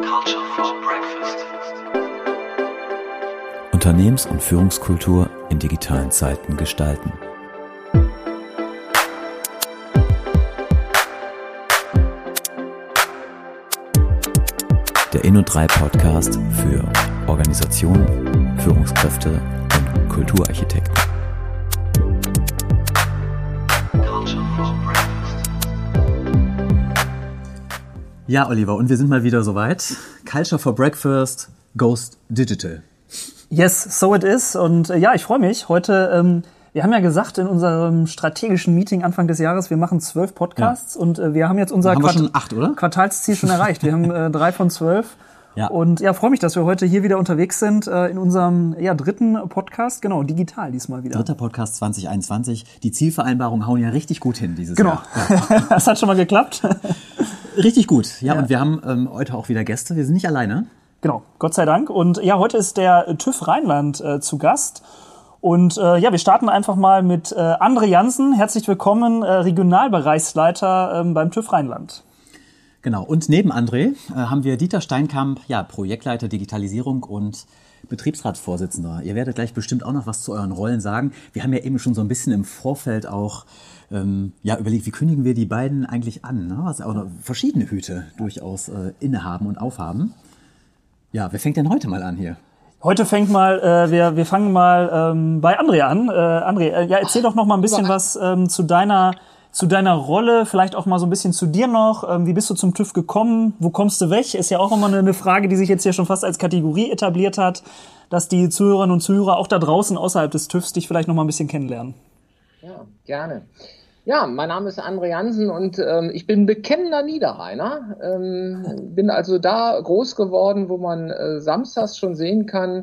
Culture for Breakfast. Unternehmens- und Führungskultur in digitalen Zeiten gestalten. Der Inno3 Podcast für Organisationen, Führungskräfte und Kulturarchitekten. Culture for Breakfast. Ja, Oliver, und wir sind mal wieder soweit. Culture for Breakfast goes digital. Yes, so it is. Und ja, ich freue mich. Heute, wir haben ja gesagt in unserem strategischen Meeting Anfang des Jahres, wir machen 12 Podcasts und wir haben jetzt unser schon 8, oder? Quartalsziel schon erreicht. Wir haben 3 von 12. Ja. Und ja, freue mich, dass wir heute hier wieder unterwegs sind in unserem dritten Podcast. Genau, digital diesmal wieder. Dritter Podcast 2021. Die Zielvereinbarungen hauen ja richtig gut hin dieses Genau. Jahr. Ja. Das hat schon mal geklappt. Richtig gut. Ja, und wir haben heute auch wieder Gäste. Wir sind nicht alleine. Genau, Gott sei Dank. Und ja, heute ist der TÜV Rheinland zu Gast. Und ja, wir starten einfach mal mit André Jansen. Herzlich willkommen, Regionalbereichsleiter beim TÜV Rheinland. Genau. Und neben André haben wir Dieter Steinkamp, ja, Projektleiter Digitalisierung und Betriebsratsvorsitzender. Ihr werdet gleich bestimmt auch noch was zu euren Rollen sagen. Wir haben ja eben schon so ein bisschen im Vorfeld auch überlegt, wie kündigen wir die beiden eigentlich an, ne? Was auch noch verschiedene Hüte durchaus innehaben und aufhaben. Ja, wer fängt denn heute mal an hier? Heute fängt mal, wir fangen mal bei André an. André, ja, erzähl doch noch mal ein bisschen was zu deiner Rolle, vielleicht auch mal so ein bisschen zu dir noch. Wie bist du zum TÜV gekommen? Wo kommst du weg? Ist ja auch immer eine Frage, die sich jetzt hier schon fast als Kategorie etabliert hat, dass die Zuhörerinnen und Zuhörer auch da draußen außerhalb des TÜVs dich vielleicht noch mal ein bisschen kennenlernen. Ja, gerne. Ja, mein Name ist André Jansen und ich bin bekennender Niederrheiner. Bin also da groß geworden, wo man samstags schon sehen kann,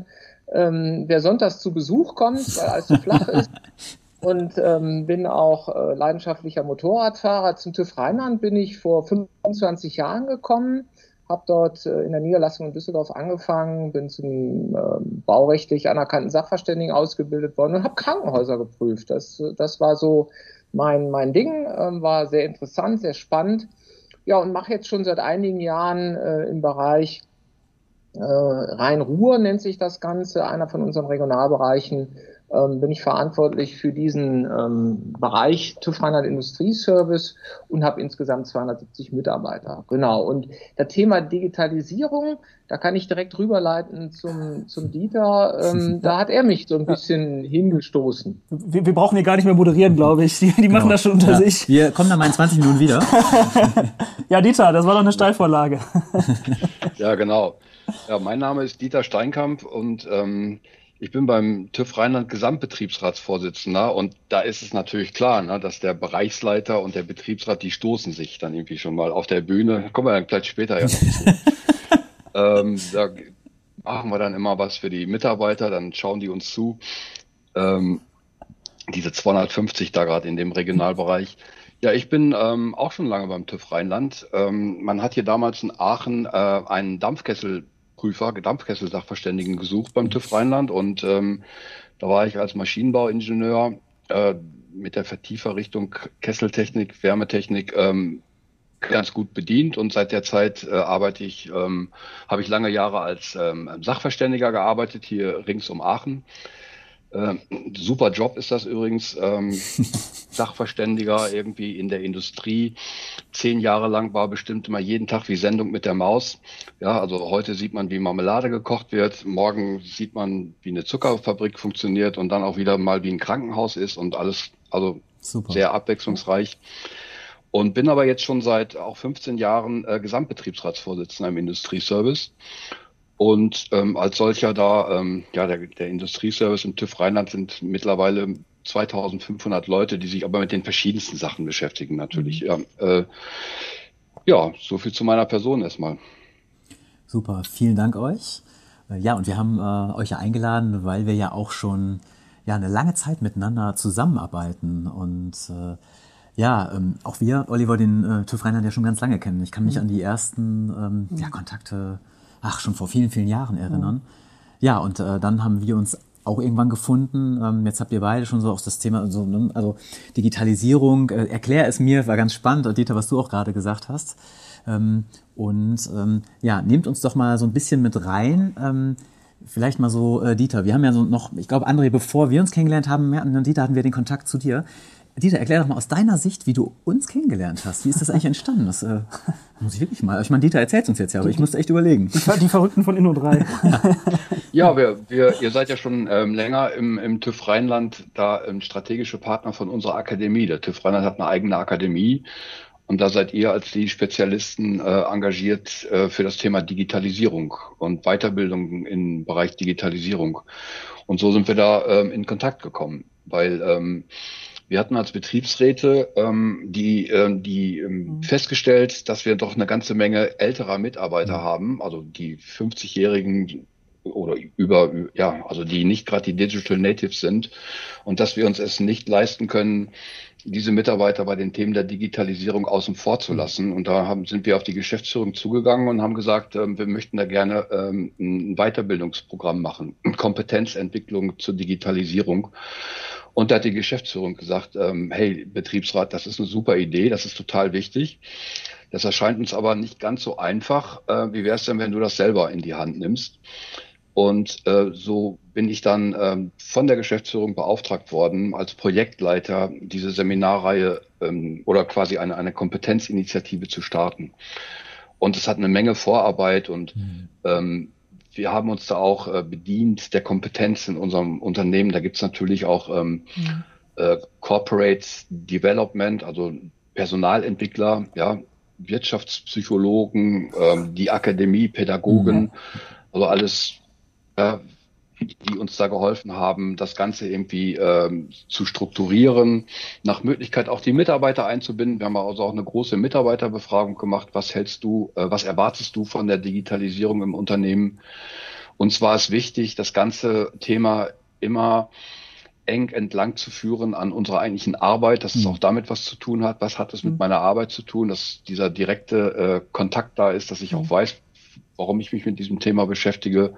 wer sonntags zu Besuch kommt, weil alles so flach ist. Und bin auch leidenschaftlicher Motorradfahrer. Zum TÜV Rheinland bin ich vor 25 Jahren gekommen, habe dort in der Niederlassung in Düsseldorf angefangen, bin zum baurechtlich anerkannten Sachverständigen ausgebildet worden und habe Krankenhäuser geprüft. Das war so mein Ding, war sehr interessant, sehr spannend. Ja, und mache jetzt schon seit einigen Jahren im Bereich Rhein-Ruhr, nennt sich das Ganze, einer von unseren Regionalbereichen, bin ich verantwortlich für diesen Bereich TÜV Rheinland Industrieservice und habe insgesamt 270 Mitarbeiter. Genau. Und das Thema Digitalisierung, da kann ich direkt rüberleiten zum Dieter. Da hat er mich so ein bisschen hingestoßen. Wir brauchen hier gar nicht mehr moderieren, glaube ich. Die machen das schon unter sich. Wir kommen dann mal in 20 Minuten wieder. Ja, Dieter, das war doch eine Steilvorlage. Ja, genau. Ja, mein Name ist Dieter Steinkamp und ich bin beim TÜV Rheinland Gesamtbetriebsratsvorsitzender und da ist es natürlich klar, ne, dass der Bereichsleiter und der Betriebsrat, die stoßen sich dann irgendwie schon mal auf der Bühne. Kommen wir dann gleich später ja noch zu. Da machen wir dann immer was für die Mitarbeiter, dann schauen die uns zu. Diese 250 da gerade in dem Regionalbereich. Ja, ich bin auch schon lange beim TÜV Rheinland. Man hat hier damals in Aachen einen Dampfkessel-Sachverständigen gesucht beim TÜV Rheinland und da war ich als Maschinenbauingenieur mit der Vertieferrichtung Kesseltechnik, Wärmetechnik ganz gut bedient und seit der Zeit habe ich lange Jahre als Sachverständiger gearbeitet, hier rings um Aachen. Super Job ist das übrigens, Sachverständiger irgendwie in der Industrie. 10 Jahre lang war bestimmt immer jeden Tag wie Sendung mit der Maus. Ja, also heute sieht man, wie Marmelade gekocht wird. Morgen sieht man, wie eine Zuckerfabrik funktioniert und dann auch wieder mal, wie ein Krankenhaus ist und alles, also super. Sehr abwechslungsreich. Und bin aber jetzt schon seit auch 15 Jahren Gesamtbetriebsratsvorsitzender im Industrieservice. Und als solcher da, der Industrieservice im TÜV Rheinland sind mittlerweile 2500 Leute, die sich aber mit den verschiedensten Sachen beschäftigen natürlich. Ja, so viel zu meiner Person erstmal. Super, vielen Dank euch. Ja, und wir haben euch ja eingeladen, weil wir ja auch schon eine lange Zeit miteinander zusammenarbeiten und auch wir, Oliver, den TÜV Rheinland ja schon ganz lange kennen. Ich kann mich an die ersten Kontakte schon vor vielen, vielen Jahren erinnern. Ja, und dann haben wir uns auch irgendwann gefunden. Jetzt habt ihr beide schon so auch das Thema, also Digitalisierung. Erklär es mir, war ganz spannend, Dieter, was du auch gerade gesagt hast. Ja, nehmt uns doch mal so ein bisschen mit rein. Vielleicht mal so, Dieter, wir haben ja so noch, ich glaube, André, bevor wir uns kennengelernt haben, Dieter, hatten wir den Kontakt zu dir. Dieter, erklär doch mal aus deiner Sicht, wie du uns kennengelernt hast. Wie ist das eigentlich entstanden? Das muss ich wirklich mal. Ich meine, Dieter erzählt uns jetzt ja, aber ich musste echt überlegen. Die Verrückten von Inno3. Ja, ihr seid ja schon länger im TÜV Rheinland da strategische Partner von unserer Akademie. Der TÜV Rheinland hat eine eigene Akademie. Und da seid ihr als die Spezialisten engagiert für das Thema Digitalisierung und Weiterbildung im Bereich Digitalisierung. Und so sind wir da in Kontakt gekommen, weil wir hatten als Betriebsräte festgestellt, dass wir doch eine ganze Menge älterer Mitarbeiter haben, also die 50-Jährigen oder also die nicht gerade die Digital Natives sind, und dass wir uns es nicht leisten können, diese Mitarbeiter bei den Themen der Digitalisierung außen vor zu lassen. Und da sind wir auf die Geschäftsführung zugegangen und haben gesagt, wir möchten da gerne ein Weiterbildungsprogramm machen, Kompetenzentwicklung zur Digitalisierung. Und da hat die Geschäftsführung gesagt, hey, Betriebsrat, das ist eine super Idee, das ist total wichtig. Das erscheint uns aber nicht ganz so einfach. Wie wäre es denn, wenn du das selber in die Hand nimmst? Und so bin ich dann von der Geschäftsführung beauftragt worden, als Projektleiter diese Seminarreihe oder quasi eine Kompetenzinitiative zu starten. Und es hat eine Menge Vorarbeit und wir haben uns da auch bedient der Kompetenz in unserem Unternehmen. Da gibt's natürlich auch Corporate Development, also Personalentwickler, ja, Wirtschaftspsychologen, die Akademie, Pädagogen, also alles, die uns da geholfen haben, das Ganze irgendwie zu strukturieren, nach Möglichkeit auch die Mitarbeiter einzubinden. Wir haben also auch eine große Mitarbeiterbefragung gemacht. Was erwartest du von der Digitalisierung im Unternehmen? Uns war es wichtig, das ganze Thema immer eng entlang zu führen an unserer eigentlichen Arbeit, dass es auch damit was zu tun hat. Was hat es mit meiner Arbeit zu tun, dass dieser direkte Kontakt da ist, dass ich auch weiß, warum ich mich mit diesem Thema beschäftige.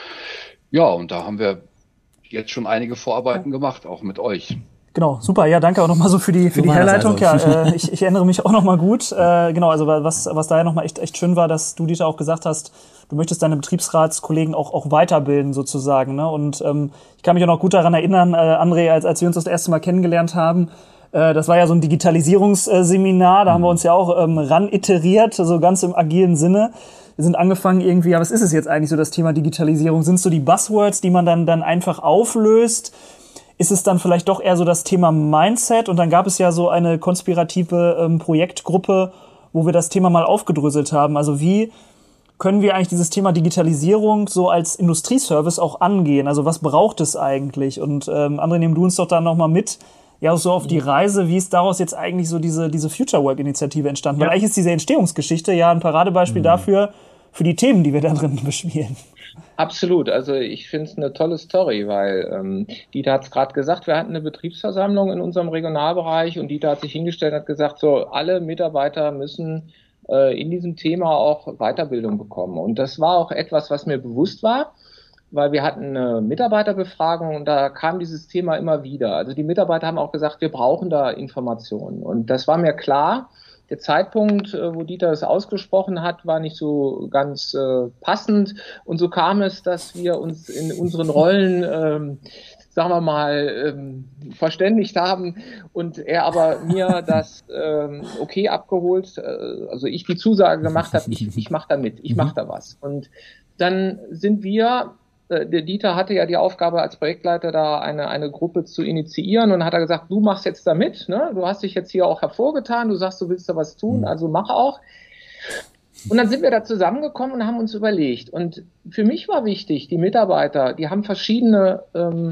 Ja, und da haben wir jetzt schon einige Vorarbeiten gemacht, auch mit euch. Genau, super. Ja, danke auch nochmal so für die Herleitung. Also. Ja, ich erinnere mich auch nochmal gut. Genau, also was da ja nochmal echt schön war, dass du, Dieter, auch gesagt hast, du möchtest deine Betriebsratskollegen auch weiterbilden sozusagen. Ne? Und ich kann mich auch noch gut daran erinnern, André, als wir uns das erste Mal kennengelernt haben, das war ja so ein Digitalisierungsseminar, da haben wir uns ja auch ran iteriert, so ganz im agilen Sinne. Wir sind angefangen irgendwie, ja, was ist es jetzt eigentlich so, das Thema Digitalisierung? Sind es so die Buzzwords, die man dann einfach auflöst? Ist es dann vielleicht doch eher so das Thema Mindset? Und dann gab es ja so eine konspirative Projektgruppe, wo wir das Thema mal aufgedröselt haben. Also wie können wir eigentlich dieses Thema Digitalisierung so als Industrieservice auch angehen? Also was braucht es eigentlich? Und André, nimm du uns doch da nochmal mit, ja, so auf die Reise, wie ist daraus jetzt eigentlich so diese Future Work-Initiative entstanden? Weil eigentlich ist diese Entstehungsgeschichte ja ein Paradebeispiel dafür, für die Themen, die wir da drin bespielen. Absolut, also ich finde es eine tolle Story, weil Dieter hat es gerade gesagt, wir hatten eine Betriebsversammlung in unserem Regionalbereich und Dieter hat sich hingestellt und hat gesagt, so alle Mitarbeiter müssen in diesem Thema auch Weiterbildung bekommen. Und das war auch etwas, was mir bewusst war, weil wir hatten eine Mitarbeiterbefragung und da kam dieses Thema immer wieder. Also die Mitarbeiter haben auch gesagt, wir brauchen da Informationen. Und das war mir klar. Der Zeitpunkt, wo Dieter es ausgesprochen hat, war nicht so ganz passend. Und so kam es, dass wir uns in unseren Rollen, sagen wir mal, verständigt haben und er aber mir das okay abgeholt, also ich die Zusage gemacht habe, ich mache da mit, ich mache da was. Und dann sind wir, der Dieter hatte ja die Aufgabe als Projektleiter da eine Gruppe zu initiieren und hat er gesagt, du machst jetzt da mit, ne? Du hast dich jetzt hier auch hervorgetan, du sagst, du willst da was tun, also mach auch. Und dann sind wir da zusammengekommen und haben uns überlegt. Und für mich war wichtig, die Mitarbeiter, die haben verschiedene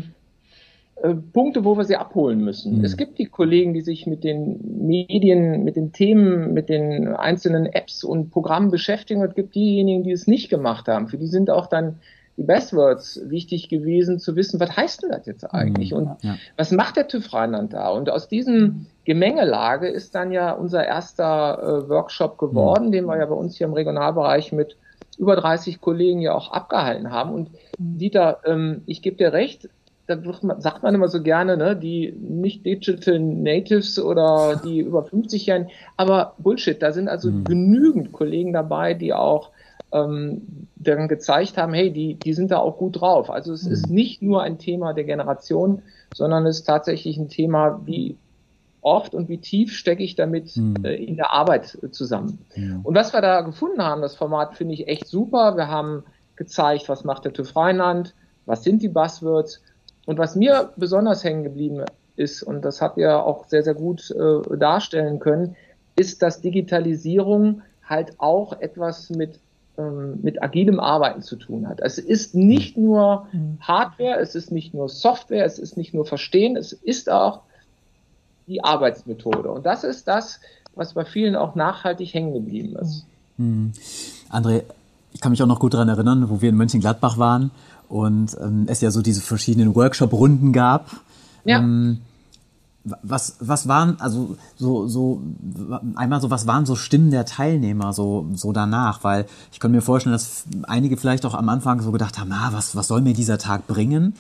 Punkte, wo wir sie abholen müssen. Es gibt die Kollegen, die sich mit den Medien, mit den Themen, mit den einzelnen Apps und Programmen beschäftigen. Und es gibt diejenigen, die es nicht gemacht haben. Für die sind auch dann die Buzzwords wichtig gewesen, zu wissen, was heißt denn das jetzt eigentlich? Und was macht der TÜV Rheinland da? Und aus diesem Gemengelage ist dann ja unser erster Workshop geworden, den wir ja bei uns hier im Regionalbereich mit über 30 Kollegen ja auch abgehalten haben. Und Dieter, ich gebe dir recht, sagt man immer so gerne, ne, die nicht Digital Natives oder die über 50 Jahren, aber Bullshit, da sind also genügend Kollegen dabei, die auch dann gezeigt haben, hey, die sind da auch gut drauf. Also es ist nicht nur ein Thema der Generation, sondern es ist tatsächlich ein Thema, wie oft und wie tief stecke ich damit in der Arbeit zusammen. Und was wir da gefunden haben, das Format finde ich echt super. Wir haben gezeigt, was macht der TÜV Rheinland, was sind die Buzzwords. Und was mir besonders hängen geblieben ist, und das habt ihr auch sehr, sehr gut darstellen können, ist, dass Digitalisierung halt auch etwas mit agilem Arbeiten zu tun hat. Es ist nicht nur Hardware, es ist nicht nur Software, es ist nicht nur Verstehen, es ist auch die Arbeitsmethode. Und das ist das, was bei vielen auch nachhaltig hängen geblieben ist. André, ich kann mich auch noch gut daran erinnern, wo wir in Mönchengladbach waren und es ja so diese verschiedenen Workshop-Runden gab. Ja. Was waren, also was waren so Stimmen der Teilnehmer so danach? Weil ich kann mir vorstellen, dass einige vielleicht auch am Anfang so gedacht haben, was soll mir dieser Tag bringen?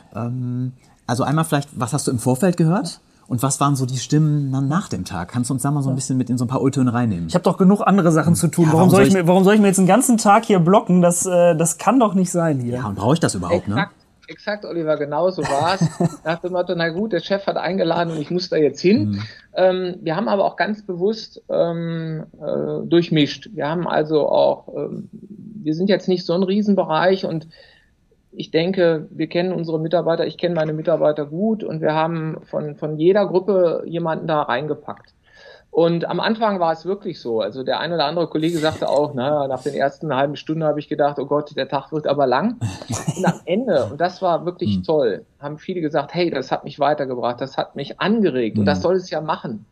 Also einmal vielleicht, was hast du im Vorfeld gehört? Und was waren so die Stimmen dann nach dem Tag? Kannst du uns da mal so ein bisschen mit in so ein paar O-Töne reinnehmen? Ich habe doch genug andere Sachen zu tun. Ja, warum soll ich mir jetzt einen ganzen Tag hier blocken? Das kann doch nicht sein hier. Ja, und brauche ich das überhaupt, ne? Exakt, Oliver, genau so war es. Nach dem Motto, na gut, der Chef hat eingeladen und ich muss da jetzt hin. Wir haben aber auch ganz bewusst durchmischt. Wir haben also auch, wir sind jetzt nicht so ein Riesenbereich und ich denke, wir kennen unsere Mitarbeiter, ich kenne meine Mitarbeiter gut und wir haben von jeder Gruppe jemanden da reingepackt. Und am Anfang war es wirklich so. Also der ein oder andere Kollege sagte auch, nach den ersten halben Stunden habe ich gedacht, oh Gott, der Tag wird aber lang. Und am Ende, und das war wirklich toll, haben viele gesagt, hey, das hat mich weitergebracht, das hat mich angeregt und das soll es ja machen.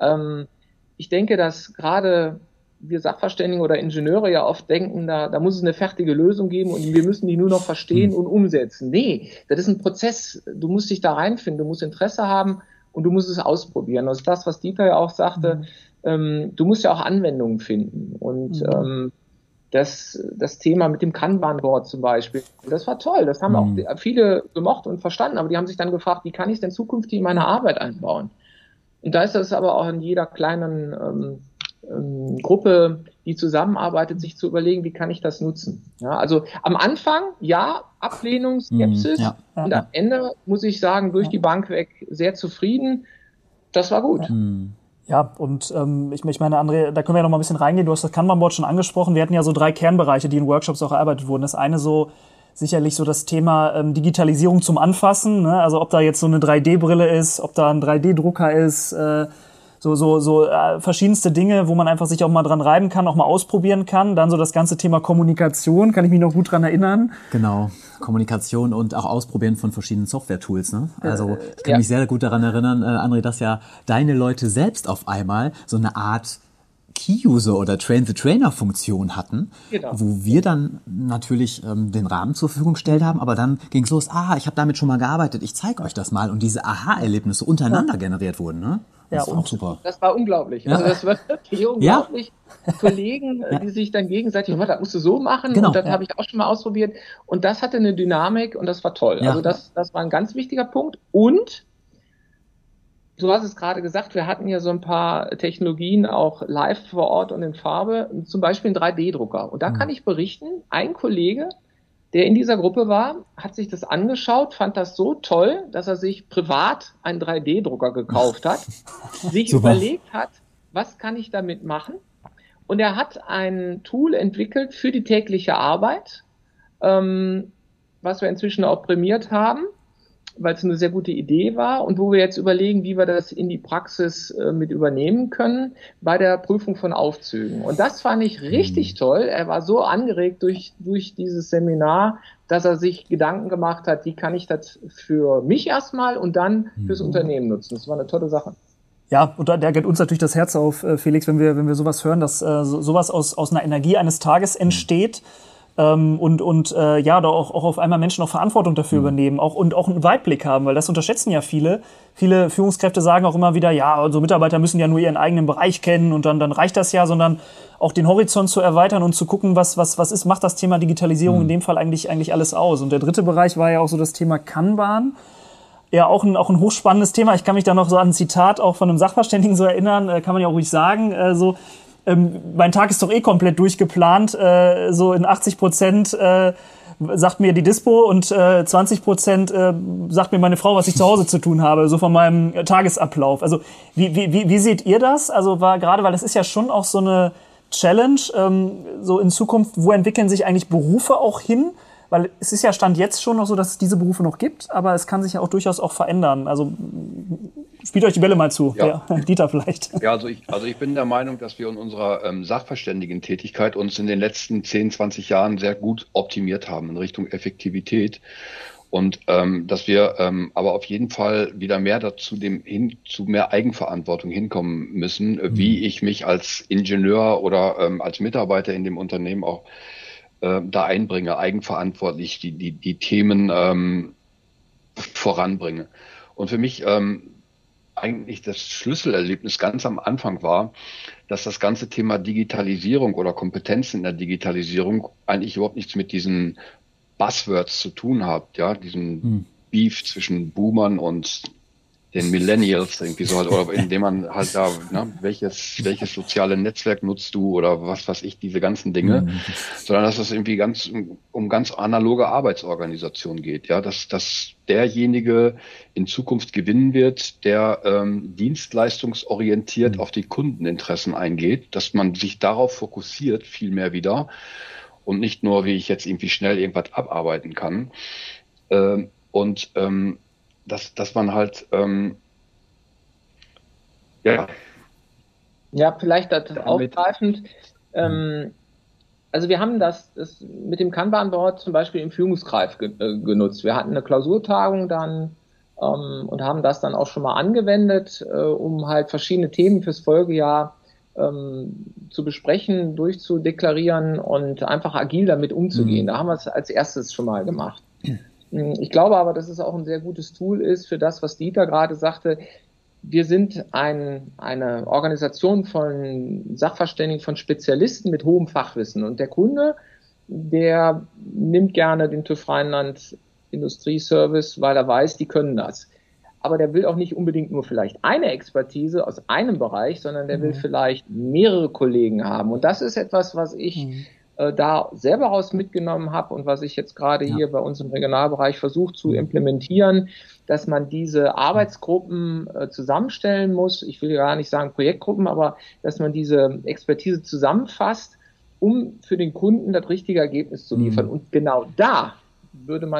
Ich denke, dass gerade wir Sachverständige oder Ingenieure ja oft denken, da muss es eine fertige Lösung geben und wir müssen die nur noch verstehen und umsetzen. Nee, das ist ein Prozess. Du musst dich da reinfinden, du musst Interesse haben und du musst es ausprobieren. Das ist das, was Dieter ja auch sagte. Du musst ja auch Anwendungen finden. Und das Thema mit dem Kanban-Board zum Beispiel, das war toll. Das haben auch viele gemocht und verstanden. Aber die haben sich dann gefragt, wie kann ich es denn zukünftig in meine Arbeit einbauen? Und da ist das aber auch in jeder kleinen Gruppe, die zusammenarbeitet, sich zu überlegen, wie kann ich das nutzen. Ja, also am Anfang, Ablehnung, Skepsis und am Ende, muss ich sagen, durch die Bank weg sehr zufrieden. Das war gut. Ja, und ich meine, André, da können wir ja noch mal ein bisschen reingehen. Du hast das Kanban-Board schon angesprochen. Wir hatten ja so 3 Kernbereiche, die in Workshops auch erarbeitet wurden. Das eine sicherlich so das Thema Digitalisierung zum Anfassen, ne? Also ob da jetzt so eine 3D-Brille ist, ob da ein 3D-Drucker ist, verschiedenste Dinge, wo man einfach sich auch mal dran reiben kann, auch mal ausprobieren kann. Dann so das ganze Thema Kommunikation, kann ich mich noch gut dran erinnern. Genau, Kommunikation und auch Ausprobieren von verschiedenen Software-Tools. Ne? Also ich kann mich sehr gut daran erinnern, André, dass ja deine Leute selbst auf einmal so eine Art Key-User oder Train-the-Trainer-Funktion hatten, wo wir dann natürlich den Rahmen zur Verfügung gestellt haben, aber dann ging es los, ich habe damit schon mal gearbeitet, ich zeige euch das mal und diese Aha-Erlebnisse untereinander generiert wurden. Ne? Das war auch super. Das war unglaublich. Ja. Also das war wirklich unglaublich. Ja. Kollegen, die sich dann gegenseitig, das musst du so machen und das habe ich auch schon mal ausprobiert und das hatte eine Dynamik und das war toll. Ja. Also das war ein ganz wichtiger Punkt und du hast es gerade gesagt, wir hatten ja so ein paar Technologien auch live vor Ort und in Farbe, zum Beispiel einen 3D-Drucker. Und da kann ich berichten, ein Kollege, der in dieser Gruppe war, hat sich das angeschaut, fand das so toll, dass er sich privat einen 3D-Drucker gekauft hat, sich überlegt hat, was kann ich damit machen? Und er hat ein Tool entwickelt für die tägliche Arbeit, was wir inzwischen auch prämiert haben, weil es eine sehr gute Idee war und wo wir jetzt überlegen, wie wir das in die Praxis mit übernehmen können bei der Prüfung von Aufzügen. Und das fand ich richtig toll. Er war so angeregt durch dieses Seminar, dass er sich Gedanken gemacht hat, wie kann ich das für mich erstmal und dann fürs Unternehmen nutzen. Das war eine tolle Sache. Ja, und da geht uns natürlich das Herz auf, Felix, wenn wir sowas hören, dass sowas aus einer Energie eines Tages entsteht. ja, da auch auf einmal Menschen auch Verantwortung dafür übernehmen und auch einen Weitblick haben, weil das unterschätzen ja viele. Viele Führungskräfte sagen auch immer wieder, ja, also Mitarbeiter müssen ja nur ihren eigenen Bereich kennen und dann reicht das ja, sondern auch den Horizont zu erweitern und zu gucken, was macht das Thema Digitalisierung in dem Fall eigentlich alles aus. Und der dritte Bereich war ja auch so das Thema Kanban. Ja, auch ein hochspannendes Thema. Ich kann mich da noch so an ein Zitat auch von einem Sachverständigen so erinnern, kann man ja auch ruhig sagen, mein Tag ist doch eh komplett durchgeplant, so in 80% sagt mir die Dispo und 20% sagt mir meine Frau, was ich zu Hause zu tun habe, so von meinem Tagesablauf. Also wie seht ihr das? Also gerade, weil das ist ja schon auch so eine Challenge, so in Zukunft, wo entwickeln sich eigentlich Berufe auch hin? Weil es ist ja Stand jetzt schon noch so, dass es diese Berufe noch gibt, aber es kann sich ja auch durchaus auch verändern. Also spielt euch die Bälle mal zu. Ja. Dieter vielleicht. Ja, also ich bin der Meinung, dass wir in unserer Sachverständigentätigkeit uns in den letzten 10, 20 Jahren sehr gut optimiert haben in Richtung Effektivität. Und dass wir aber auf jeden Fall wieder mehr zu mehr Eigenverantwortung hinkommen müssen, wie ich mich als Ingenieur oder als Mitarbeiter in dem Unternehmen auch da einbringe, eigenverantwortlich die Themen voranbringe. Und für mich eigentlich das Schlüsselerlebnis ganz am Anfang war, dass das ganze Thema Digitalisierung oder Kompetenzen in der Digitalisierung eigentlich überhaupt nichts mit diesen Buzzwords zu tun hat, ja, diesen Beef zwischen Boomern und den Millennials irgendwie so halt, oder indem man halt da, ne, welches soziale Netzwerk nutzt du oder was weiß ich, diese ganzen Dinge, sondern dass es irgendwie um ganz analoge Arbeitsorganisation geht, ja, dass derjenige in Zukunft gewinnen wird, der dienstleistungsorientiert auf die Kundeninteressen eingeht, dass man sich darauf fokussiert, viel mehr wieder und nicht nur, wie ich jetzt irgendwie schnell irgendwas abarbeiten kann, dass man halt, Ja, vielleicht das aufgreifend. Also wir haben das mit dem Kanban-Board zum Beispiel im Führungskreis genutzt. Wir hatten eine Klausurtagung dann und haben das dann auch schon mal angewendet, um halt verschiedene Themen fürs Folgejahr zu besprechen, durchzudeklarieren und einfach agil damit umzugehen. Da haben wir es als erstes schon mal gemacht. Ich glaube aber, dass es auch ein sehr gutes Tool ist für das, was Dieter gerade sagte. Wir sind eine Organisation von Sachverständigen, von Spezialisten mit hohem Fachwissen. Und der Kunde, der nimmt gerne den TÜV Rheinland Industrieservice, weil er weiß, die können das. Aber der will auch nicht unbedingt nur vielleicht eine Expertise aus einem Bereich, sondern der will vielleicht mehrere Kollegen haben. Und das ist etwas, was ich da selber raus mitgenommen habe und was ich jetzt gerade hier bei uns im Regionalbereich versuche zu implementieren, dass man diese Arbeitsgruppen zusammenstellen muss. Ich will gar nicht sagen Projektgruppen, aber dass man diese Expertise zusammenfasst, um für den Kunden das richtige Ergebnis zu liefern. Und genau da werden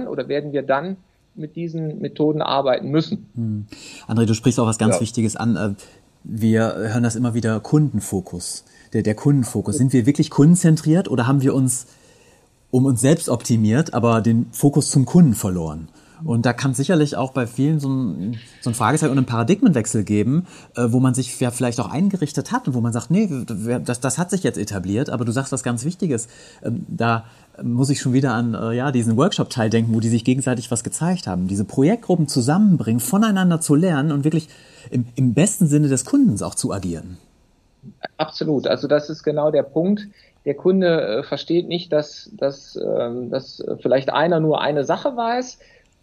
wir dann mit diesen Methoden arbeiten müssen. André, du sprichst auch was ganz Wichtiges an. Wir hören das immer wieder, Kundenfokus. Der Kundenfokus. Sind wir wirklich kundenzentriert oder haben wir uns um uns selbst optimiert, aber den Fokus zum Kunden verloren? Und da kann sicherlich auch bei vielen so ein Fragezeichen und einen Paradigmenwechsel geben, wo man sich ja vielleicht auch eingerichtet hat und wo man sagt, nee, das hat sich jetzt etabliert, aber du sagst was ganz Wichtiges. Da muss ich schon wieder an diesen Workshop-Teil denken, wo die sich gegenseitig was gezeigt haben. Diese Projektgruppen zusammenbringen, voneinander zu lernen und wirklich im besten Sinne des Kundens auch zu agieren. Absolut. Also das ist genau der Punkt. Der Kunde versteht nicht, dass vielleicht einer nur eine Sache weiß.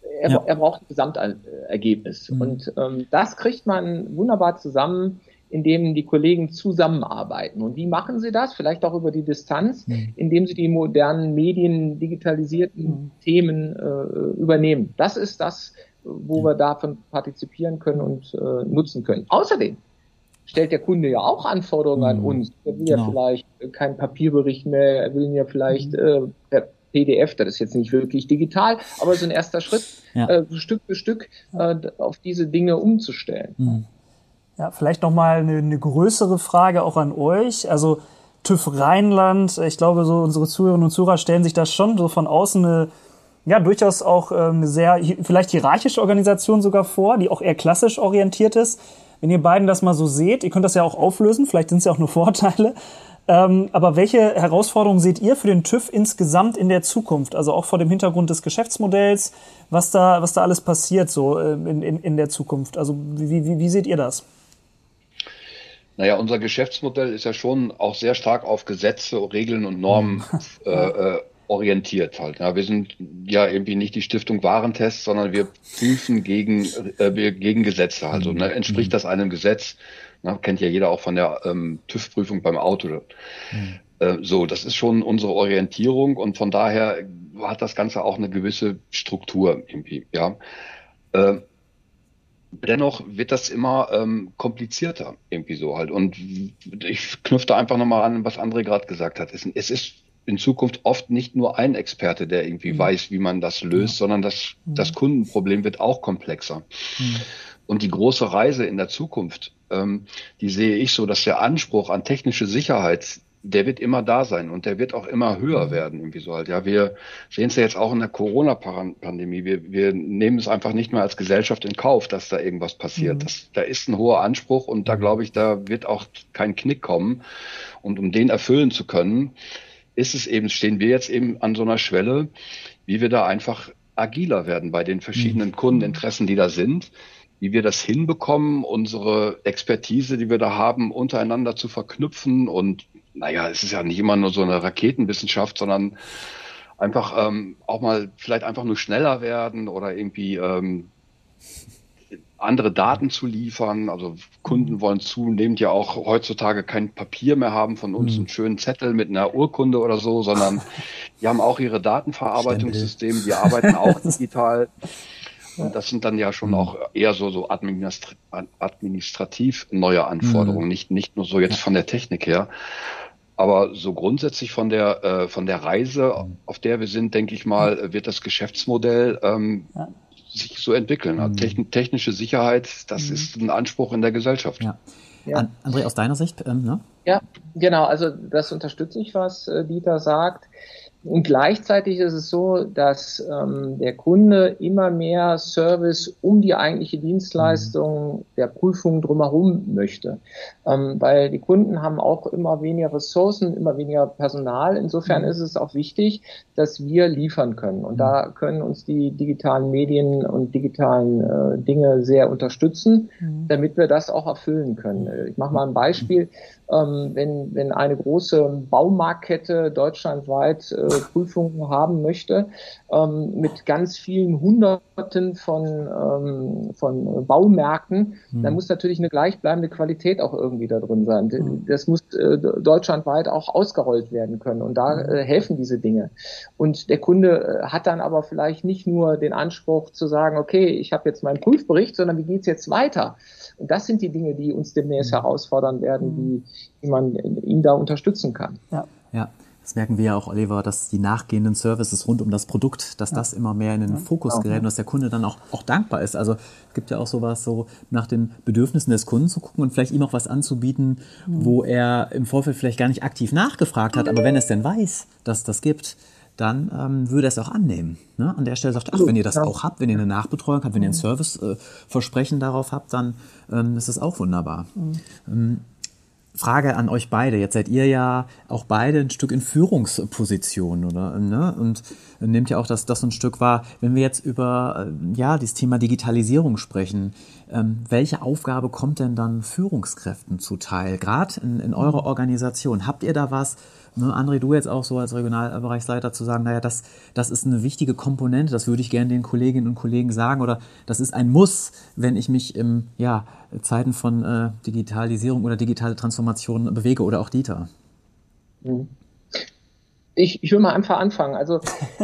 Er braucht ein Gesamtergebnis. Und das kriegt man wunderbar zusammen, indem die Kollegen zusammenarbeiten. Und wie machen sie das? Vielleicht auch über die Distanz, indem sie die modernen Medien, digitalisierten Themen übernehmen. Das ist das, wo wir davon partizipieren können und nutzen können. Außerdem stellt der Kunde ja auch Anforderungen an uns. Er will ja vielleicht keinen Papierbericht mehr, er will ja vielleicht per PDF, das ist jetzt nicht wirklich digital, aber so ein erster Schritt, Stück für Stück auf diese Dinge umzustellen. Ja, vielleicht nochmal eine größere Frage auch an euch. Also TÜV Rheinland, ich glaube, so unsere Zuhörerinnen und Zuhörer stellen sich das schon so von außen ja durchaus auch eine sehr vielleicht hierarchische Organisation sogar vor, die auch eher klassisch orientiert ist. Wenn ihr beiden das mal so seht, ihr könnt das ja auch auflösen, vielleicht sind es ja auch nur Vorteile. Aber welche Herausforderungen seht ihr für den TÜV insgesamt in der Zukunft? Also auch vor dem Hintergrund des Geschäftsmodells, was da alles passiert so in der Zukunft? Also wie seht ihr das? Naja, unser Geschäftsmodell ist ja schon auch sehr stark auf Gesetze, Regeln und Normen orientiert halt. Ja, wir sind ja irgendwie nicht die Stiftung Warentest, sondern wir prüfen gegen Gesetze. Also entspricht das einem Gesetz? Kennt ja jeder auch von der TÜV-Prüfung beim Auto. So, das ist schon unsere Orientierung und von daher hat das Ganze auch eine gewisse Struktur irgendwie. Ja. Dennoch wird das immer komplizierter irgendwie so halt. Und ich knüpfe da einfach nochmal an, was André gerade gesagt hat. Es ist in Zukunft oft nicht nur ein Experte, der irgendwie weiß, wie man das löst, sondern das Kundenproblem wird auch komplexer. Und die große Reise in der Zukunft, die sehe ich so, dass der Anspruch an technische Sicherheit, der wird immer da sein und der wird auch immer höher werden, irgendwie so halt. Ja, wir sehen es ja jetzt auch in der Corona-Pandemie. Wir nehmen es einfach nicht mehr als Gesellschaft in Kauf, dass da irgendwas passiert. Da ist ein hoher Anspruch und da glaube ich, da wird auch kein Knick kommen. Und um den erfüllen zu können, stehen wir jetzt eben an so einer Schwelle, wie wir da einfach agiler werden bei den verschiedenen Kundeninteressen, die da sind, wie wir das hinbekommen, unsere Expertise, die wir da haben, untereinander zu verknüpfen. Und naja, es ist ja nicht immer nur so eine Raketenwissenschaft, sondern einfach auch mal vielleicht einfach nur schneller werden oder irgendwie andere Daten zu liefern. Also Kunden wollen zunehmend ja auch heutzutage kein Papier mehr haben von uns, einen schönen Zettel mit einer Urkunde oder so, sondern die haben auch ihre Datenverarbeitungssysteme, die arbeiten auch digital. Und das sind dann ja schon auch eher so administrativ neue Anforderungen, nicht nur so jetzt von der Technik her. Aber so grundsätzlich von der Reise, auf der wir sind, denke ich mal, wird das Geschäftsmodell sich so entwickeln. Also technische Sicherheit, das ist ein Anspruch in der Gesellschaft. Ja. André, aus deiner Sicht? Ne? Ja, genau. Also das unterstütze ich, was Dieter sagt. Und gleichzeitig ist es so, dass der Kunde immer mehr Service um die eigentliche Dienstleistung der Prüfung drumherum möchte. Weil die Kunden haben auch immer weniger Ressourcen, immer weniger Personal. Insofern ist es auch wichtig, dass wir liefern können. Und da können uns die digitalen Medien und digitalen Dinge sehr unterstützen, damit wir das auch erfüllen können. Ich mache mal ein Beispiel. Wenn eine große Baumarktkette deutschlandweit Prüfungen haben möchte, mit ganz vielen Hunderten von Baumärkten, dann muss natürlich eine gleichbleibende Qualität auch irgendwie da drin sein. Das muss deutschlandweit auch ausgerollt werden können und da helfen diese Dinge. Und der Kunde hat dann aber vielleicht nicht nur den Anspruch zu sagen, okay, ich habe jetzt meinen Prüfbericht, sondern wie geht's jetzt weiter? Und das sind die Dinge, die uns demnächst herausfordern werden, wie man ihn da unterstützen kann. Ja, das merken wir ja auch, Oliver, dass die nachgehenden Services rund um das Produkt, dass das immer mehr in den Fokus gerät und dass der Kunde dann auch dankbar ist. Also es gibt ja auch sowas, so nach den Bedürfnissen des Kunden zu gucken und vielleicht ihm auch was anzubieten, wo er im Vorfeld vielleicht gar nicht aktiv nachgefragt hat, aber wenn er es denn weiß, dass es das gibt, dann würde er es auch annehmen. Ne? An der Stelle sagt, wenn ihr das auch habt, wenn ihr eine Nachbetreuung habt, wenn ihr ein Serviceversprechen darauf habt, dann ist es auch wunderbar. Frage an euch beide. Jetzt seid ihr ja auch beide ein Stück in Führungsposition, oder? Ne? Und nehmt ja auch das ein Stück wahr. Wenn wir jetzt über das Thema Digitalisierung sprechen, welche Aufgabe kommt denn dann Führungskräften zuteil? Gerade in eurer Organisation. Habt ihr da was? Ne, André, du jetzt auch so als Regionalbereichsleiter zu sagen, naja, das ist eine wichtige Komponente, das würde ich gerne den Kolleginnen und Kollegen sagen, oder das ist ein Muss, wenn ich mich im Zeiten von Digitalisierung oder digitale Transformation bewege, oder auch Dieter? Ich will mal einfach anfangen. Also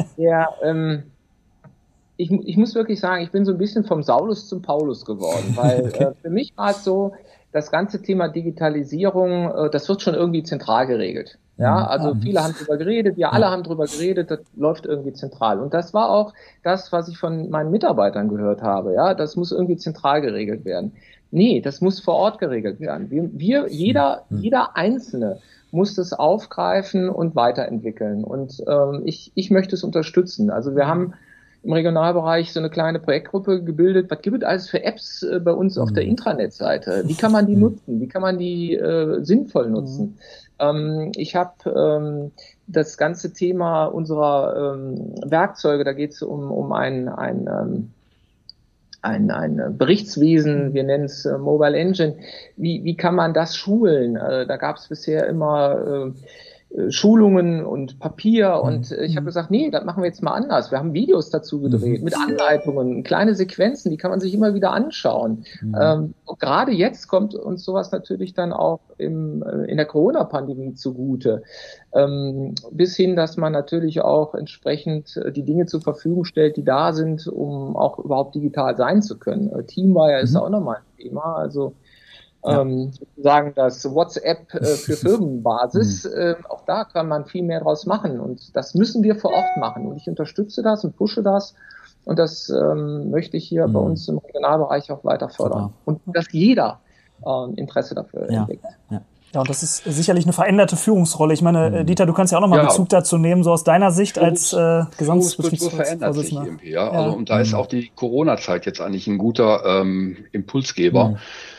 ich muss wirklich sagen, ich bin so ein bisschen vom Saulus zum Paulus geworden, weil für mich war es so, das ganze Thema Digitalisierung, das wird schon irgendwie zentral geregelt. Ja, also viele haben drüber geredet, wir alle haben drüber geredet, das läuft irgendwie zentral. Und das war auch das, was ich von meinen Mitarbeitern gehört habe. Ja, das muss irgendwie zentral geregelt werden. Nee, das muss vor Ort geregelt werden. Jeder Einzelne muss das aufgreifen und weiterentwickeln. Und ich möchte es unterstützen. Also wir haben im Regionalbereich so eine kleine Projektgruppe gebildet. Was gibt es alles für Apps bei uns auf der Intranet-Seite? Wie kann man die nutzen? Wie kann man die sinnvoll nutzen? Ich habe das ganze Thema unserer Werkzeuge, da geht es um ein Berichtswesen, wir nennen es Mobile Engine. Wie kann man das schulen? Da gab es bisher immer Schulungen und Papier und ich habe gesagt, nee, das machen wir jetzt mal anders. Wir haben Videos dazu gedreht mit Anleitungen, kleine Sequenzen, die kann man sich immer wieder anschauen. Und gerade jetzt kommt uns sowas natürlich dann auch in der Corona-Pandemie zugute. Bis hin, dass man natürlich auch entsprechend die Dinge zur Verfügung stellt, die da sind, um auch überhaupt digital sein zu können. Teamwire ist auch nochmal ein Thema, also sozusagen das WhatsApp für Firmenbasis, auch da kann man viel mehr draus machen und das müssen wir vor Ort machen und ich unterstütze das und pushe das und das möchte ich hier bei uns im Regionalbereich auch weiter fördern und dass jeder Interesse dafür entdeckt. Ja, und das ist sicherlich eine veränderte Führungsrolle. Ich meine, Dieter, du kannst ja auch nochmal Bezug dazu nehmen, so aus deiner Sicht als Führungskultur verändert sich irgendwie, Also, und da ist auch die Corona-Zeit jetzt eigentlich ein guter Impulsgeber.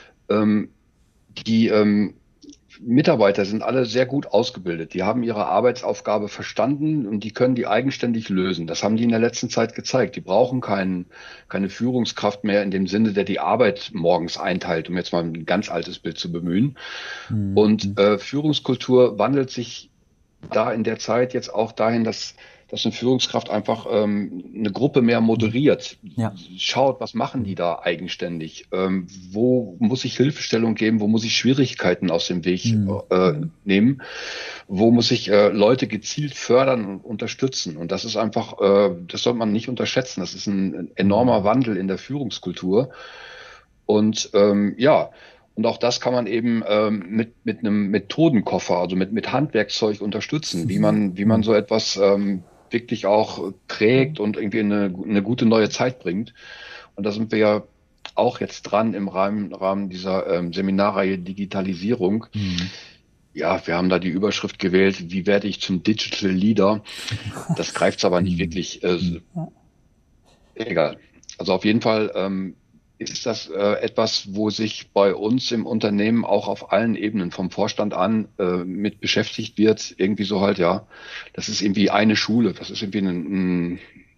Die Mitarbeiter sind alle sehr gut ausgebildet. Die haben ihre Arbeitsaufgabe verstanden und die können die eigenständig lösen. Das haben die in der letzten Zeit gezeigt. Die brauchen keine Führungskraft mehr in dem Sinne, der die Arbeit morgens einteilt, um jetzt mal ein ganz altes Bild zu bemühen. Und Führungskultur wandelt sich da in der Zeit jetzt auch dahin, dass eine Führungskraft einfach eine Gruppe mehr moderiert, schaut, was machen die da eigenständig, wo muss ich Hilfestellung geben, wo muss ich Schwierigkeiten aus dem Weg nehmen, wo muss ich Leute gezielt fördern und unterstützen. Und das ist einfach, das sollte man nicht unterschätzen, das ist ein enormer Wandel in der Führungskultur. Und und auch das kann man eben mit einem Methodenkoffer, also mit Handwerkszeug unterstützen, wie man so etwas wirklich auch trägt und irgendwie eine gute neue Zeit bringt. Und da sind wir ja auch jetzt dran im Rahmen dieser Seminarreihe Digitalisierung. Ja, wir haben da die Überschrift gewählt, wie werde ich zum Digital Leader? Das greift's aber nicht wirklich. Egal. Also auf jeden Fall ist das etwas, wo sich bei uns im Unternehmen auch auf allen Ebenen vom Vorstand an mit beschäftigt wird. Irgendwie so halt, das ist irgendwie eine Schule, das ist irgendwie ein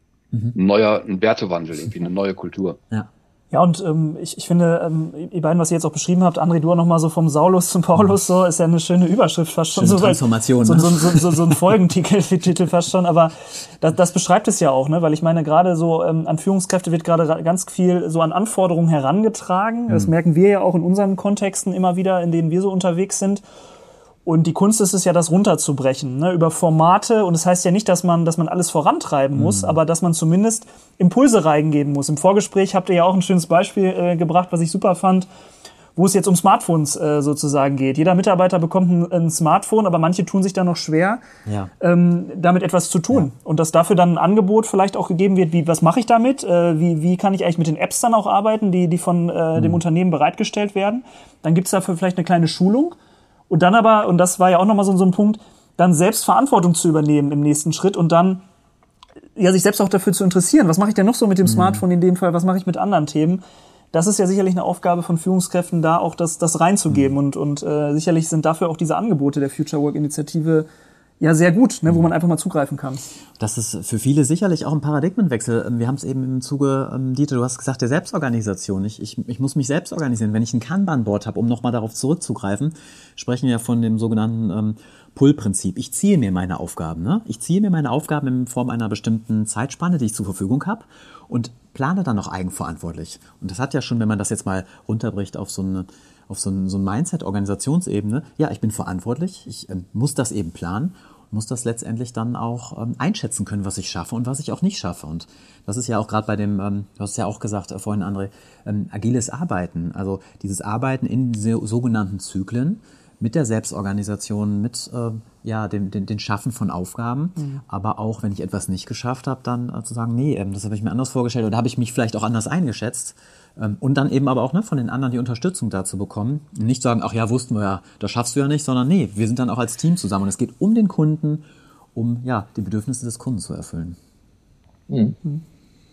Wertewandel, irgendwie eine neue Kultur. Ja, und ich finde, ihr beiden, was ihr jetzt auch beschrieben habt, André, du auch nochmal so vom Saulus zum Paulus, so ist ja eine schöne Überschrift fast schon. Schöne Transformation. So ein Folgentitel fast schon, aber das beschreibt es ja auch, ne? Weil ich meine, gerade so an Führungskräfte wird gerade ganz viel so an Anforderungen herangetragen. Das merken wir ja auch in unseren Kontexten immer wieder, in denen wir so unterwegs sind. Und die Kunst ist es ja, das runterzubrechen, ne, über Formate. Und das heißt ja nicht, dass man alles vorantreiben muss, aber dass man zumindest Impulse reingeben muss. Im Vorgespräch habt ihr ja auch ein schönes Beispiel gebracht, was ich super fand, wo es jetzt um Smartphones sozusagen geht. Jeder Mitarbeiter bekommt ein Smartphone, aber manche tun sich da noch schwer, damit etwas zu tun. Und dass dafür dann ein Angebot vielleicht auch gegeben wird, was mache ich damit? Wie kann ich eigentlich mit den Apps dann auch arbeiten, die von dem Unternehmen bereitgestellt werden? Dann gibt's dafür vielleicht eine kleine Schulung. Und dann aber, und das war ja auch nochmal so ein Punkt, dann selbst Verantwortung zu übernehmen im nächsten Schritt und dann sich selbst auch dafür zu interessieren. Was mache ich denn noch so mit dem Smartphone in dem Fall? Was mache ich mit anderen Themen? Das ist ja sicherlich eine Aufgabe von Führungskräften, da auch das reinzugeben. Und sicherlich sind dafür auch diese Angebote der Future Work Initiative sehr gut, ne, wo man einfach mal zugreifen kann. Das ist für viele sicherlich auch ein Paradigmenwechsel. Wir haben es eben im Zuge, Dieter, du hast gesagt, der Selbstorganisation. Ich muss mich selbst organisieren. Wenn ich ein Kanban-Board habe, um nochmal darauf zurückzugreifen, sprechen wir von dem sogenannten Pull-Prinzip. Ich ziehe mir meine Aufgaben. Ne? Ich ziehe mir meine Aufgaben in Form einer bestimmten Zeitspanne, die ich zur Verfügung habe und plane dann noch eigenverantwortlich. Und das hat ja schon, wenn man das jetzt mal runterbricht auf so ein Mindset, Organisationsebene, ich bin verantwortlich, ich muss das eben planen, muss das letztendlich dann auch einschätzen können, was ich schaffe und was ich auch nicht schaffe. Und das ist ja auch gerade bei dem, du hast es ja auch gesagt vorhin, André, agiles Arbeiten, also dieses Arbeiten in sogenannten Zyklen mit der Selbstorganisation, mit den Schaffen von Aufgaben, aber auch, wenn ich etwas nicht geschafft habe, dann zu sagen, nee, das habe ich mir anders vorgestellt oder habe ich mich vielleicht auch anders eingeschätzt. Und dann eben aber auch von den anderen die Unterstützung dazu bekommen. Nicht sagen, ach ja, wussten wir ja, das schaffst du ja nicht, sondern nee, wir sind dann auch als Team zusammen. Und es geht um den Kunden, um die Bedürfnisse des Kunden zu erfüllen.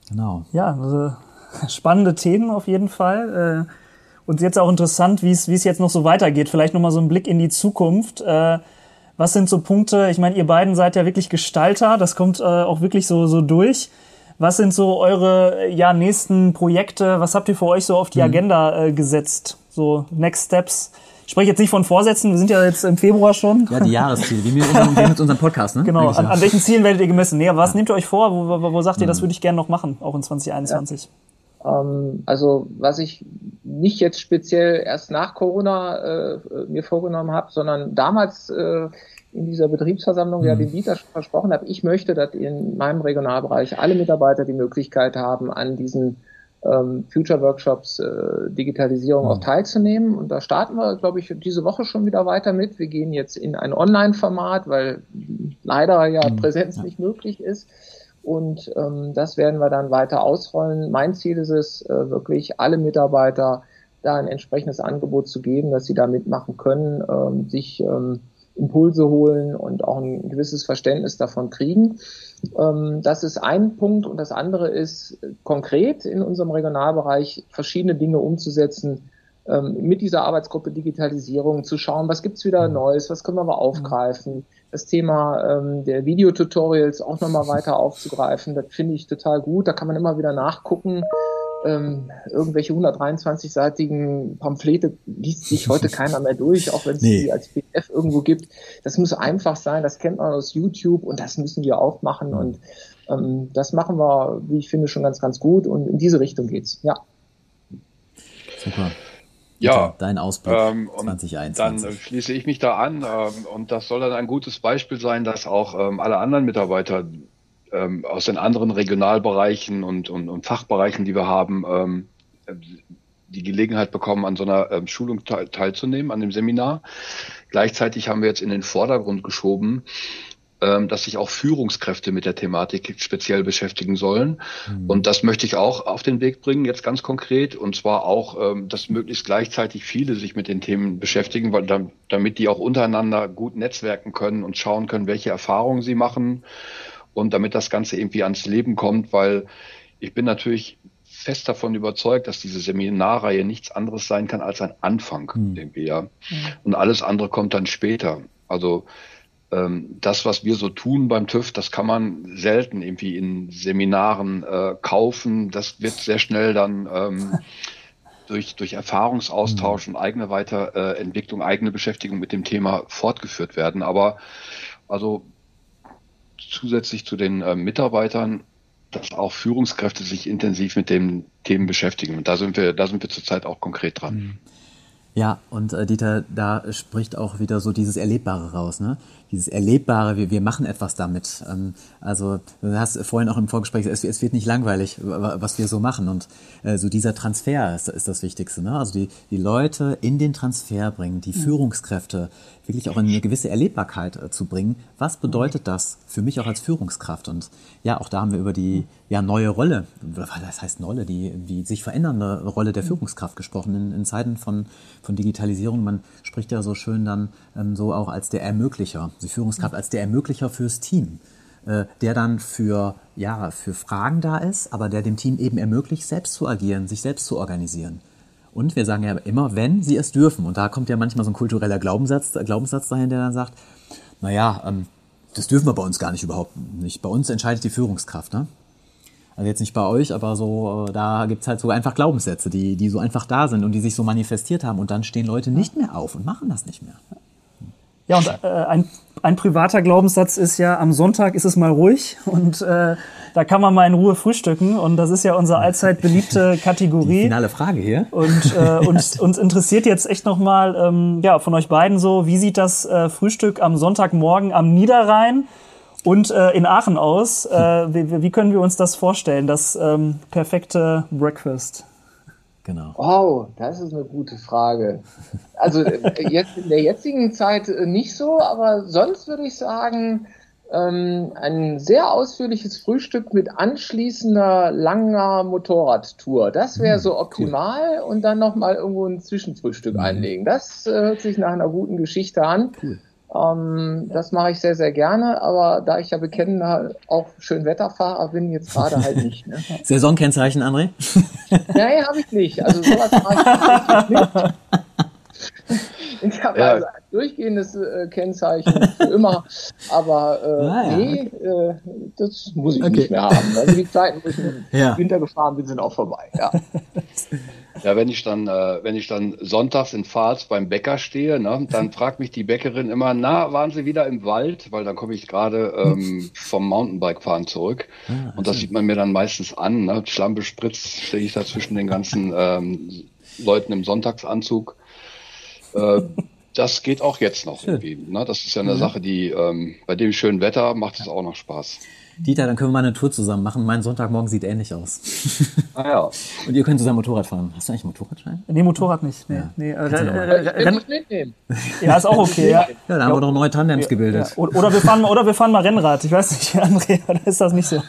Genau. Ja, also spannende Themen auf jeden Fall. Und jetzt auch interessant, wie es jetzt noch so weitergeht. Vielleicht nochmal so ein Blick in die Zukunft. Was sind so Punkte? Ich meine, ihr beiden seid ja wirklich Gestalter. Das kommt auch wirklich so durch. Was sind so eure nächsten Projekte? Was habt ihr für euch so auf die Agenda gesetzt? So Next Steps. Ich spreche jetzt nicht von Vorsätzen. Wir sind ja jetzt im Februar schon. Ja, die Jahresziele, wie mit unserem Podcast, ne? Genau. An welchen Zielen werdet ihr gemessen? Nee, aber was nehmt ihr euch vor? Wo sagt ihr, das würde ich gerne noch machen, auch in 2021? Also was ich nicht jetzt speziell erst nach Corona mir vorgenommen habe, sondern damals in dieser Betriebsversammlung ja den Dieter schon versprochen habe, ich möchte, dass in meinem Regionalbereich alle Mitarbeiter die Möglichkeit haben, an diesen Future Workshops Digitalisierung auch teilzunehmen. Und da starten wir, glaube ich, diese Woche schon wieder weiter mit. Wir gehen jetzt in ein Online-Format, weil leider ja Präsenz nicht möglich ist. Und das werden wir dann weiter ausrollen. Mein Ziel ist es, wirklich alle Mitarbeiter da ein entsprechendes Angebot zu geben, dass sie da mitmachen können, sich Impulse holen und auch ein gewisses Verständnis davon kriegen. Das ist ein Punkt. Und das andere ist, konkret in unserem Regionalbereich verschiedene Dinge umzusetzen, mit dieser Arbeitsgruppe Digitalisierung zu schauen, was gibt's wieder Neues, was können wir mal aufgreifen. Das Thema der Videotutorials auch nochmal weiter aufzugreifen, das finde ich total gut. Da kann man immer wieder nachgucken. Irgendwelche 123-seitigen Pamphlete liest sich heute keiner mehr durch, auch wenn es die als PDF irgendwo gibt. Das muss einfach sein, das kennt man aus YouTube und das müssen wir auch machen. Und das machen wir, wie ich finde, schon ganz, ganz gut. Und in diese Richtung geht's. Ja. Super. Ja, dein Ausblick 2021. Dann schließe ich mich da an und das soll dann ein gutes Beispiel sein, dass auch alle anderen Mitarbeiter aus den anderen Regionalbereichen und Fachbereichen, die wir haben, die Gelegenheit bekommen, an so einer Schulung teilzunehmen, an dem Seminar. Gleichzeitig haben wir jetzt in den Vordergrund geschoben, dass sich auch Führungskräfte mit der Thematik speziell beschäftigen sollen. Und das möchte ich auch auf den Weg bringen, jetzt ganz konkret. Und zwar auch, dass möglichst gleichzeitig viele sich mit den Themen beschäftigen, weil damit die auch untereinander gut netzwerken können und schauen können, welche Erfahrungen sie machen. Und damit das Ganze irgendwie ans Leben kommt, weil ich bin natürlich fest davon überzeugt, dass diese Seminarreihe nichts anderes sein kann als ein Anfang irgendwie, ja. Und alles andere kommt dann später. Also das, was wir so tun beim TÜV, das kann man selten irgendwie in Seminaren kaufen. Das wird sehr schnell dann durch Erfahrungsaustausch und eigene Weiterentwicklung, eigene Beschäftigung mit dem Thema fortgeführt werden. Aber also zusätzlich zu den Mitarbeitern, dass auch Führungskräfte sich intensiv mit den Themen beschäftigen. Und da sind wir zurzeit auch konkret dran. Ja, und Dieter, da spricht auch wieder so dieses Erlebbare raus, ne? Dieses Erlebbare, wir machen etwas damit. Also du hast vorhin auch im Vorgespräch gesagt, es wird nicht langweilig, was wir so machen. Und so dieser Transfer ist das Wichtigste, ne? Also die Leute in den Transfer bringen, die Führungskräfte wirklich auch in eine gewisse Erlebbarkeit zu bringen. Was bedeutet das für mich auch als Führungskraft? Und ja, auch da haben wir über die neue Rolle, das heißt Rolle, die sich verändernde Rolle der Führungskraft gesprochen in Zeiten von Digitalisierung. Man spricht ja so schön dann so auch als der Ermöglicher, die Führungskraft als der Ermöglicher fürs Team, der dann für Fragen da ist, aber der dem Team eben ermöglicht, selbst zu agieren, sich selbst zu organisieren. Und wir sagen ja immer, wenn sie es dürfen. Und da kommt ja manchmal so ein kultureller Glaubenssatz dahin, der dann sagt, das dürfen wir bei uns gar nicht, überhaupt nicht. Bei uns entscheidet die Führungskraft, ne? Also jetzt nicht bei euch, aber so, da gibt's halt so einfach Glaubenssätze, die so einfach da sind und die sich so manifestiert haben. Und dann stehen Leute nicht mehr auf und machen das nicht mehr. Ja, und ein privater Glaubenssatz ist ja, am Sonntag ist es mal ruhig und da kann man mal in Ruhe frühstücken. Und das ist ja unsere allzeit beliebte Kategorie. Die finale Frage hier. Und uns interessiert jetzt echt nochmal von euch beiden so, wie sieht das Frühstück am Sonntagmorgen am Niederrhein und in Aachen aus? Wie können wir uns das vorstellen, das perfekte Breakfast? Genau. Oh, das ist eine gute Frage. Also jetzt in der jetzigen Zeit nicht so, aber sonst würde ich sagen, ein sehr ausführliches Frühstück mit anschließender langer Motorradtour. Das wäre so optimal. Cool. Und dann nochmal irgendwo ein Zwischenfrühstück einlegen. Das hört sich nach einer guten Geschichte an. Cool. Das mache ich sehr, sehr gerne, aber da ich ja bekennender auch Schönwetterfahrer bin, jetzt gerade halt nicht. Ne? Saisonkennzeichen, André? Nein, habe ich nicht. Also sowas mache ich tatsächlich nicht. Ich habe also ein durchgehendes Kennzeichen für immer, aber nee, das muss ich nicht mehr haben. Also die Zeiten, wo ich im Winter gefahren bin, sind auch vorbei. Ja. Ja, wenn ich dann sonntags in Pfalz beim Bäcker stehe, ne, dann fragt mich die Bäckerin immer, waren Sie wieder im Wald? Weil dann komme ich gerade vom Mountainbike-Fahren zurück. Und das sieht man mir dann meistens an. Ne? Schlamm bespritzt stehe ich da zwischen den ganzen Leuten im Sonntagsanzug. Das geht auch jetzt noch irgendwie. Ne? Das ist ja eine Sache, die bei dem schönen Wetter macht es auch noch Spaß. Dieter, dann können wir mal eine Tour zusammen machen. Mein Sonntagmorgen sieht ähnlich aus. Ja. Und ihr könnt zusammen Motorrad fahren. Hast du eigentlich einen Motorradschein? Nee, Motorrad nicht. Nee. Ja. Nee, Ich muss mitnehmen. Ja, ist auch okay. Ja, da haben wir doch neue Tandems gebildet. Ja. Oder wir fahren mal Rennrad. Ich weiß nicht, André, oder ist das nicht so?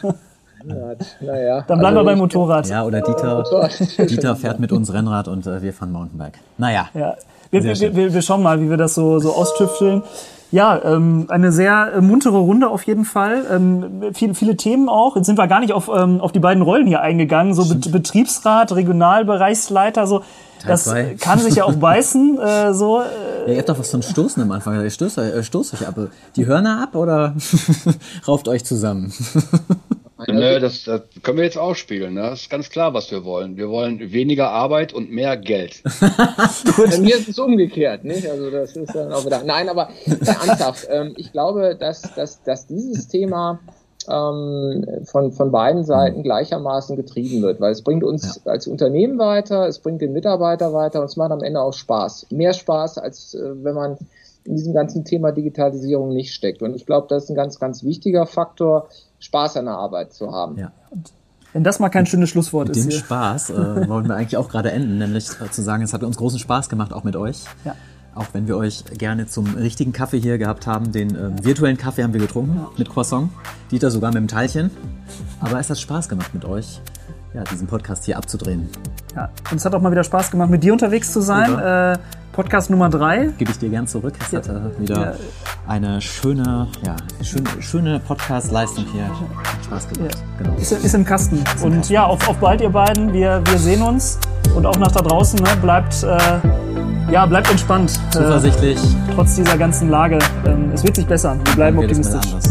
Naja. Dann bleiben wir beim Motorrad. Ja, oder Dieter fährt mit uns Rennrad und wir fahren Mountainbike. Naja. Ja. Wir schauen mal, wie wir das so austüfteln. Ja, eine sehr muntere Runde auf jeden Fall. Viele Themen auch. Jetzt sind wir gar nicht auf die beiden Rollen hier eingegangen. So Betriebsrat, Regionalbereichsleiter, so. Das kann sich ja auch beißen. So. Ja, ihr habt doch was von Stoßen am Anfang. Ihr stoßt euch ab. Die Hörner ab oder rauft euch zusammen? Nö, das können wir jetzt ausspielen. Ne? Das ist ganz klar, was wir wollen. Wir wollen weniger Arbeit und mehr Geld. Bei mir ist es umgekehrt, nicht? Also das ist dann auch wieder. Nein, aber ernsthaft. Ich glaube, dass dieses Thema von beiden Seiten gleichermaßen getrieben wird, weil es bringt uns als Unternehmen weiter, es bringt den Mitarbeiter weiter und es macht am Ende auch Spaß. Mehr Spaß, als wenn man in diesem ganzen Thema Digitalisierung nicht steckt. Und ich glaube, das ist ein ganz, ganz wichtiger Faktor, Spaß an der Arbeit zu haben. Ja. Wenn das mal kein schönes Schlusswort mit ist. Dem hier. Spaß wollen wir eigentlich auch gerade enden, nämlich zu sagen, es hat uns großen Spaß gemacht, auch mit euch. Ja. Auch wenn wir euch gerne zum richtigen Kaffee hier gehabt haben. Den virtuellen Kaffee haben wir getrunken mit Croissant. Dieter sogar mit dem Teilchen. Aber es hat Spaß gemacht mit euch, diesen Podcast hier abzudrehen. Ja, und es hat auch mal wieder Spaß gemacht, mit dir unterwegs zu sein. Podcast Nummer 3. Gebe ich dir gern zurück. Es hat wieder eine schöne Podcast-Leistung hier. Hat Spaß gemacht. Ja. Genau. Ist im Kasten. Und ja, auf bald ihr beiden. Wir sehen uns. Und auch nach da draußen, ne, bleibt entspannt. Zuversichtlich. Trotz dieser ganzen Lage. Es wird sich bessern. Wir bleiben optimistisch.